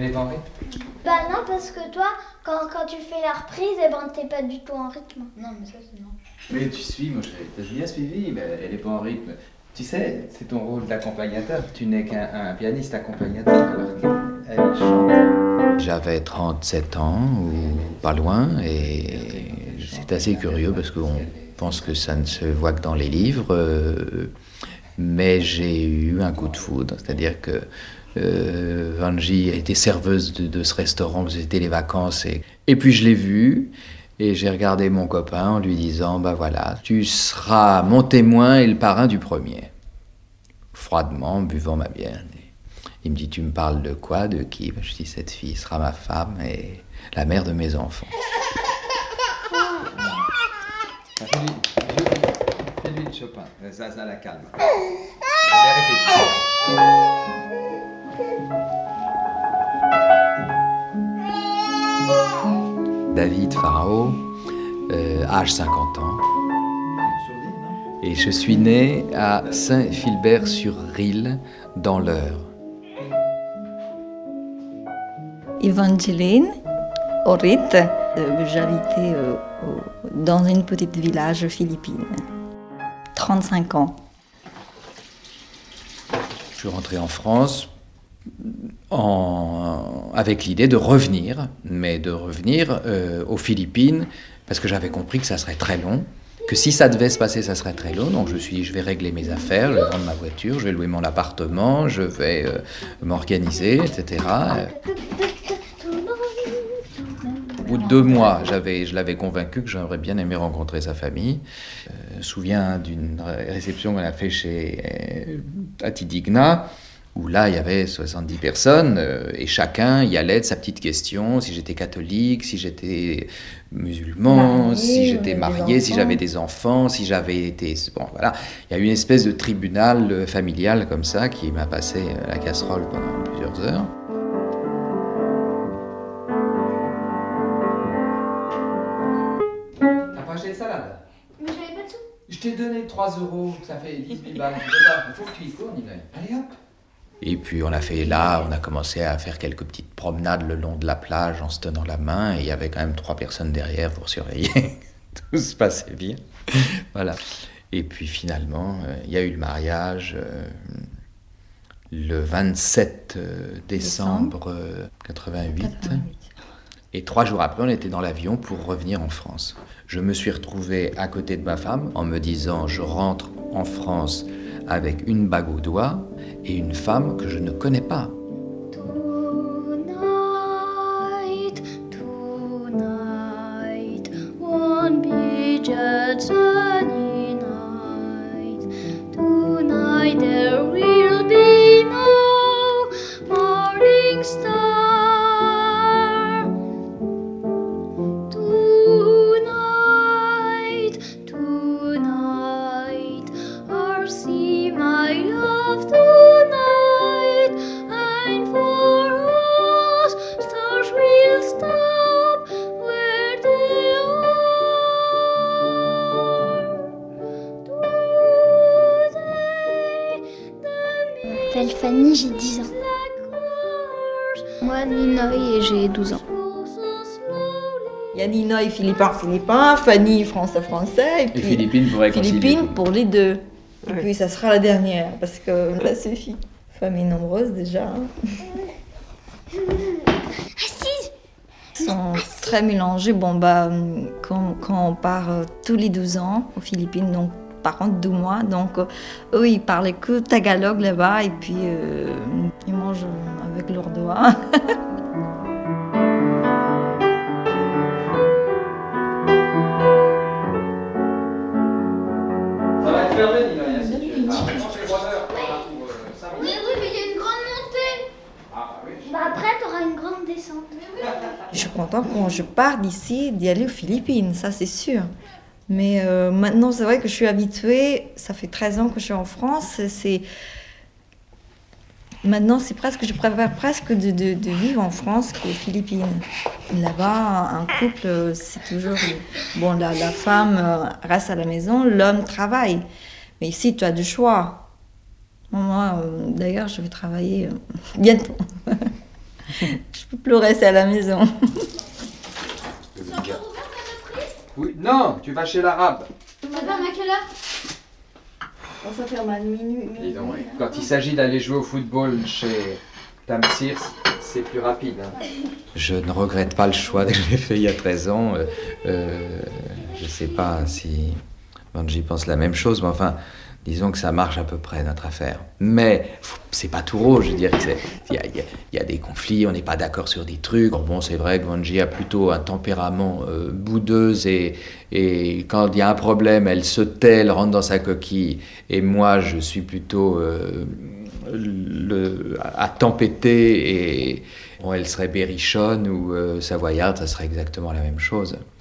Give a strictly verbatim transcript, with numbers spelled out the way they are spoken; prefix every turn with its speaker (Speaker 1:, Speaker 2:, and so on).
Speaker 1: n'est pas en rythme?
Speaker 2: Bah non, parce que toi, quand, quand tu fais la reprise, eh ben t'es pas du tout en rythme. Non, mais ça c'est non.
Speaker 1: Mais tu suis, mon chéri, t'as bien suivi, mais elle n'est pas en rythme. Tu sais, c'est ton rôle d'accompagnateur. Tu n'es qu'un un pianiste accompagnateur, alors qu'elle chante. J'avais trente-sept ans, ou pas loin, et c'est assez curieux parce qu'on pense que ça ne se voit que dans les livres. Euh, mais j'ai eu un coup de foudre, c'est-à-dire que euh, Vanji était serveuse de, de ce restaurant, c'était les vacances, et, et puis je l'ai vue. Et j'ai regardé mon copain en lui disant, bah voilà, tu seras mon témoin et le parrain du premier. Froidement, buvant ma bière. Il me dit, tu me parles de quoi, de qui? Je dis, cette fille sera ma femme et la mère de mes enfants. Fais-lui, fais-lui de Chopin, ça, ça la calme. Les répétitions. David Farao, euh, âge cinquante ans. Et je suis né à Saint-Philbert-sur-Rille, dans l'Eure.
Speaker 3: Evangeline Orit, euh, j'habitais euh, dans une petite village philippine. trente-cinq ans.
Speaker 1: Je suis rentré en France en, avec l'idée de revenir, mais de revenir euh, aux Philippines, parce que j'avais compris que ça serait très long, que si ça devait se passer, ça serait très long. Donc je me suis dit, je vais régler mes affaires, je vais vendre ma voiture, je vais louer mon appartement, je vais euh, m'organiser, et cetera. Au bout de deux mois, j'avais, je l'avais convaincu que j'aurais bien aimé rencontrer sa famille. Euh, je me souviens d'une réception qu'on a fait chez euh, Atidigna, où là, il y avait soixante-dix personnes, euh, et chacun y allait de sa petite question, si j'étais catholique, si j'étais musulman, marié, si j'étais marié, si j'avais des enfants, si j'avais été... Bon, voilà. Il y a eu une espèce de tribunal familial comme ça, qui m'a passé la casserole pendant plusieurs heures. T'as pas acheté de salade?
Speaker 2: Mais j'avais pas de sous.
Speaker 1: Je t'ai donné trois euros, ça fait dix-huit balles. Il faut que tu y cours, Nina. Allez hop. Et puis on a fait là, on a commencé à faire quelques petites promenades le long de la plage en se tenant la main, et il y avait quand même trois personnes derrière pour surveiller. Tout se passait bien. Voilà. Et puis finalement, euh, il y a eu le mariage euh, le vingt-sept décembre quatre-vingt-huit. quatre-vingt-huit. Et trois jours après, on était dans l'avion pour revenir en France. Je me suis retrouvé à côté de ma femme en me disant, je rentre en France avec une bague au doigt et une femme que je ne connais pas.
Speaker 2: Tonight, tonight, won't be just sunny night. Tonight there will be no morning star. Tonight, tonight, I'll see my love tonight, and for us stars will stop where they are. Je m'appelle Fanny, j'ai dix ans. Moi, Ninoï, et j'ai douze ans.
Speaker 3: Il y a Ninoï, Philippin, Philippin, Fanny, Français, Français, et puis
Speaker 1: Et Philippines pour réconcilier.
Speaker 3: Philippines pour les deux. Et puis ça sera la dernière, parce que ça suffit. Famille nombreuse déjà. Hein.
Speaker 2: Assise.
Speaker 3: Ils sont très mélangés. Bon, bah, quand, quand on part euh, tous les douze ans aux Philippines, donc par contre deux mois, donc euh, eux ils parlaient que tagalog là-bas, et puis euh, ils mangent avec leurs doigts.
Speaker 1: Ça va être fermé, Nina, si tu veux. Ah, on fait trois heures.
Speaker 2: Mais oui, mais il y a une grande montée.
Speaker 1: Ah, oui.
Speaker 2: Bah après, t'auras une grande descente.
Speaker 3: Je suis contente quand je pars d'ici d'y aller aux Philippines, ça c'est sûr. Mais euh, maintenant, c'est vrai que je suis habituée, ça fait treize ans que je suis en France, c'est... Maintenant, c'est presque, je préfère presque de, de, de vivre en France qu'aux Philippines. Là-bas, un couple, c'est toujours... Bon, la, la femme reste à la maison, l'homme travaille. Mais ici, tu as du choix. Moi, euh, d'ailleurs, je vais travailler euh, bientôt. Je peux plus rester à la maison.
Speaker 1: Oui, non, tu vas chez l'arabe.
Speaker 2: Ça ferme à quelle heure?
Speaker 3: Ça ferme à minuit.
Speaker 1: Dis donc, ouais. Quand il s'agit d'aller jouer au football chez Tamsir, c'est plus rapide. Hein. Je ne regrette pas le choix que j'ai fait il y a treize ans. Euh, euh, je ne sais pas si Vanji pense la même chose, mais enfin, disons que ça marche à peu près, notre affaire. Mais c'est pas tout rose, je veux dire. Il y, y, y a des conflits, on n'est pas d'accord sur des trucs. Bon, c'est vrai que Vanji a plutôt un tempérament euh, boudeuse et, et quand il y a un problème, elle se tait, elle rentre dans sa coquille. Et moi, je suis plutôt euh, le, à tempêter et bon, elle serait berrichonne ou euh, savoyarde, ça serait exactement la même chose.